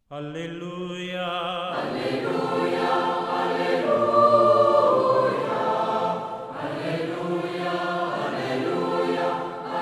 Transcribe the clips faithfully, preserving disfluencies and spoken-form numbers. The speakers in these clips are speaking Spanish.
Aleluya. Aleluya, aleluya, aleluya, aleluya,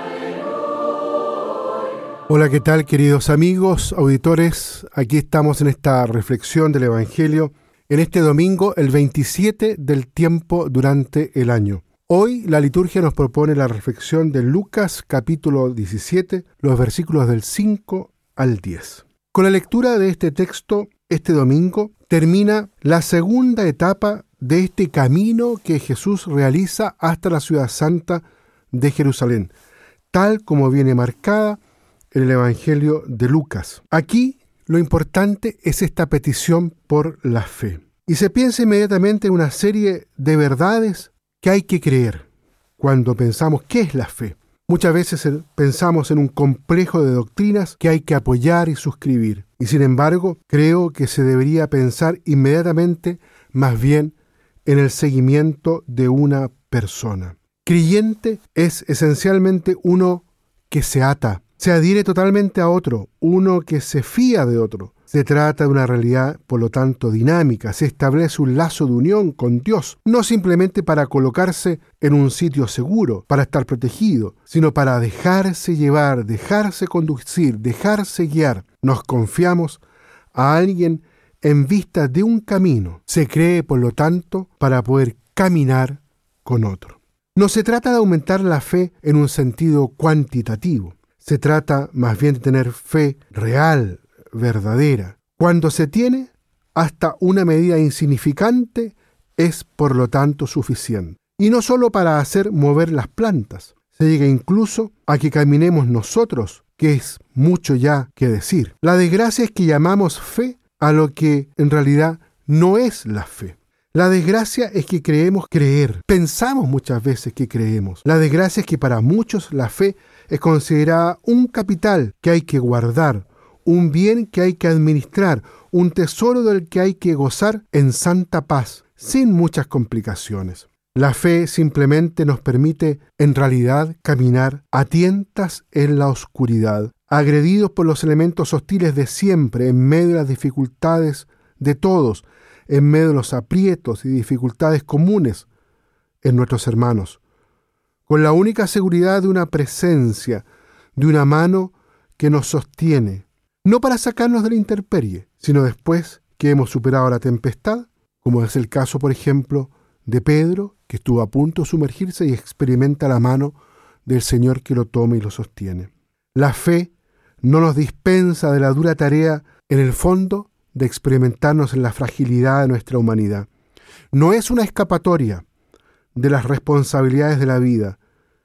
aleluya. Hola, ¿qué tal, queridos amigos, auditores? Aquí estamos en esta reflexión del Evangelio, en este domingo, el veintisiete del tiempo durante el año. Hoy la liturgia nos propone la reflexión de Lucas capítulo diecisiete, los versículos del cinco al diez. Con la lectura de este texto, este domingo, termina la segunda etapa de este camino que Jesús realiza hasta la ciudad santa de Jerusalén, tal como viene marcada en el Evangelio de Lucas. Aquí lo importante es esta petición por la fe. Y se piensa inmediatamente en una serie de verdades que hay que creer cuando pensamos qué es la fe. Muchas veces pensamos en un complejo de doctrinas que hay que apoyar y suscribir. Y sin embargo, creo que se debería pensar inmediatamente más bien en el seguimiento de una persona. Creyente es esencialmente uno que se ata, se adhiere totalmente a otro, uno que se fía de otro. Se trata de una realidad, por lo tanto, dinámica. Se establece un lazo de unión con Dios, no simplemente para colocarse en un sitio seguro, para estar protegido, sino para dejarse llevar, dejarse conducir, dejarse guiar. Nos confiamos a alguien en vista de un camino. Se cree, por lo tanto, para poder caminar con otro. No se trata de aumentar la fe en un sentido cuantitativo. Se trata más bien de tener fe real, verdadera. Cuando se tiene, hasta una medida insignificante es por lo tanto suficiente. Y no solo para hacer mover las plantas, se llega incluso a que caminemos nosotros, que es mucho ya que decir. La desgracia es que llamamos fe a lo que en realidad no es la fe. La desgracia es que creemos creer. Pensamos muchas veces que creemos. La desgracia es que para muchos la fe es considerada un capital que hay que guardar, un bien que hay que administrar, un tesoro del que hay que gozar en santa paz, sin muchas complicaciones. La fe simplemente nos permite, en realidad, caminar a tientas en la oscuridad, agredidos por los elementos hostiles de siempre, en medio de las dificultades de todos, en medio de los aprietos y dificultades comunes en nuestros hermanos, con la única seguridad de una presencia, de una mano que nos sostiene, no para sacarnos de la intemperie, sino después que hemos superado la tempestad, como es el caso, por ejemplo, de Pedro, que estuvo a punto de sumergirse y experimenta la mano del Señor que lo toma y lo sostiene. La fe no nos dispensa de la dura tarea, en el fondo, de experimentarnos en la fragilidad de nuestra humanidad. No es una escapatoria de las responsabilidades de la vida.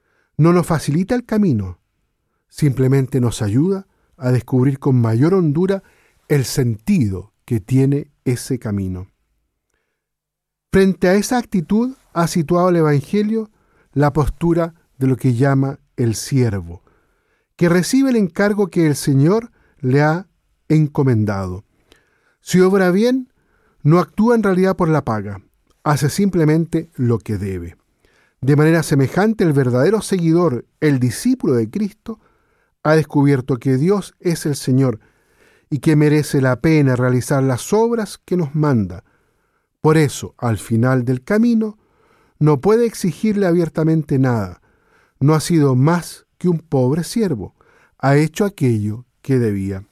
No nos facilita el camino, simplemente nos ayuda a descubrir con mayor hondura el sentido que tiene ese camino. Frente a esa actitud ha situado el Evangelio la postura de lo que llama el siervo, que recibe el encargo que el Señor le ha encomendado. Si obra bien, no actúa en realidad por la paga, hace simplemente lo que debe. De manera semejante, el verdadero seguidor, el discípulo de Cristo, ha descubierto que Dios es el Señor y que merece la pena realizar las obras que nos manda. Por eso, al final del camino, no puede exigirle abiertamente nada. No ha sido más que un pobre siervo. Ha hecho aquello que debía.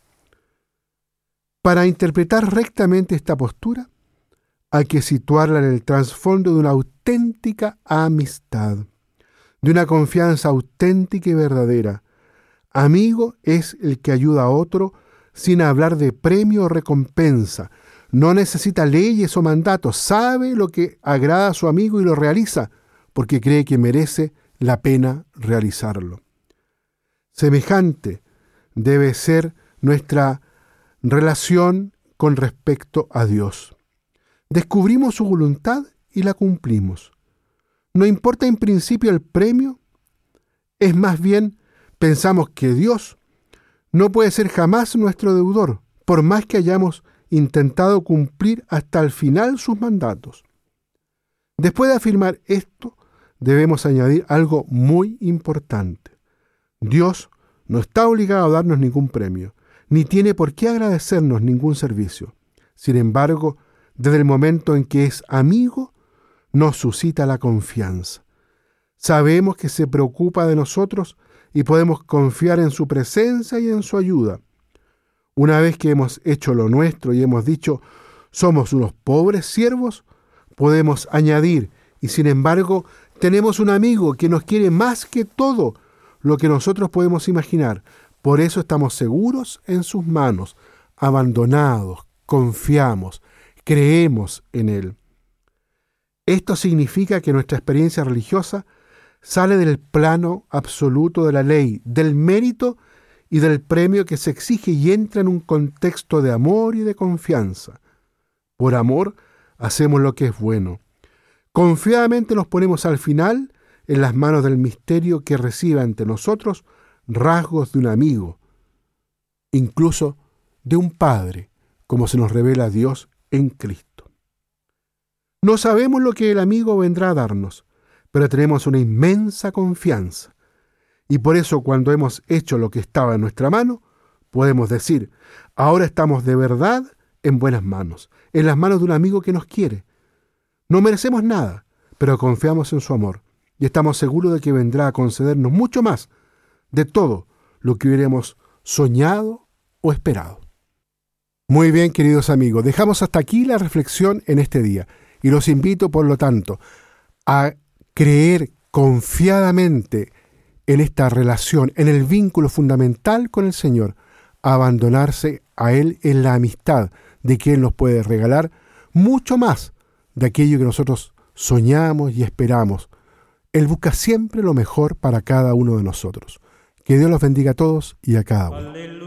Para interpretar rectamente esta postura, hay que situarla en el trasfondo de una auténtica amistad, de una confianza auténtica y verdadera. Amigo es el que ayuda a otro sin hablar de premio o recompensa. No necesita leyes o mandatos. Sabe lo que agrada a su amigo y lo realiza porque cree que merece la pena realizarlo. Semejante debe ser nuestra relación con respecto a Dios. Descubrimos su voluntad y la cumplimos. No importa en principio el premio, es más bien pensamos que Dios no puede ser jamás nuestro deudor, por más que hayamos intentado cumplir hasta el final sus mandatos. Después de afirmar esto, debemos añadir algo muy importante. Dios no está obligado a darnos ningún premio, ni tiene por qué agradecernos ningún servicio. Sin embargo, desde el momento en que es amigo, nos suscita la confianza. Sabemos que se preocupa de nosotros y podemos confiar en su presencia y en su ayuda. Una vez que hemos hecho lo nuestro y hemos dicho, somos unos pobres siervos, podemos añadir, y sin embargo, tenemos un amigo que nos quiere más que todo lo que nosotros podemos imaginar. Por eso estamos seguros en sus manos, abandonados, confiamos, creemos en Él. Esto significa que nuestra experiencia religiosa sale del plano absoluto de la ley, del mérito y del premio que se exige y entra en un contexto de amor y de confianza. Por amor hacemos lo que es bueno. Confiadamente nos ponemos al final en las manos del misterio que recibe ante nosotros rasgos de un amigo, incluso de un padre, como se nos revela a Dios en Cristo. No sabemos lo que el amigo vendrá a darnos, pero tenemos una inmensa confianza. Y por eso cuando hemos hecho lo que estaba en nuestra mano, podemos decir, ahora estamos de verdad en buenas manos, en las manos de un amigo que nos quiere. No merecemos nada, pero confiamos en su amor y estamos seguros de que vendrá a concedernos mucho más de todo lo que hubiéramos soñado o esperado. Muy bien, queridos amigos, dejamos hasta aquí la reflexión en este día y los invito, por lo tanto, a creer confiadamente en esta relación, en el vínculo fundamental con el Señor, a abandonarse a Él en la amistad de que Él nos puede regalar mucho más de aquello que nosotros soñamos y esperamos. Él busca siempre lo mejor para cada uno de nosotros. Que Dios los bendiga a todos y a cada uno.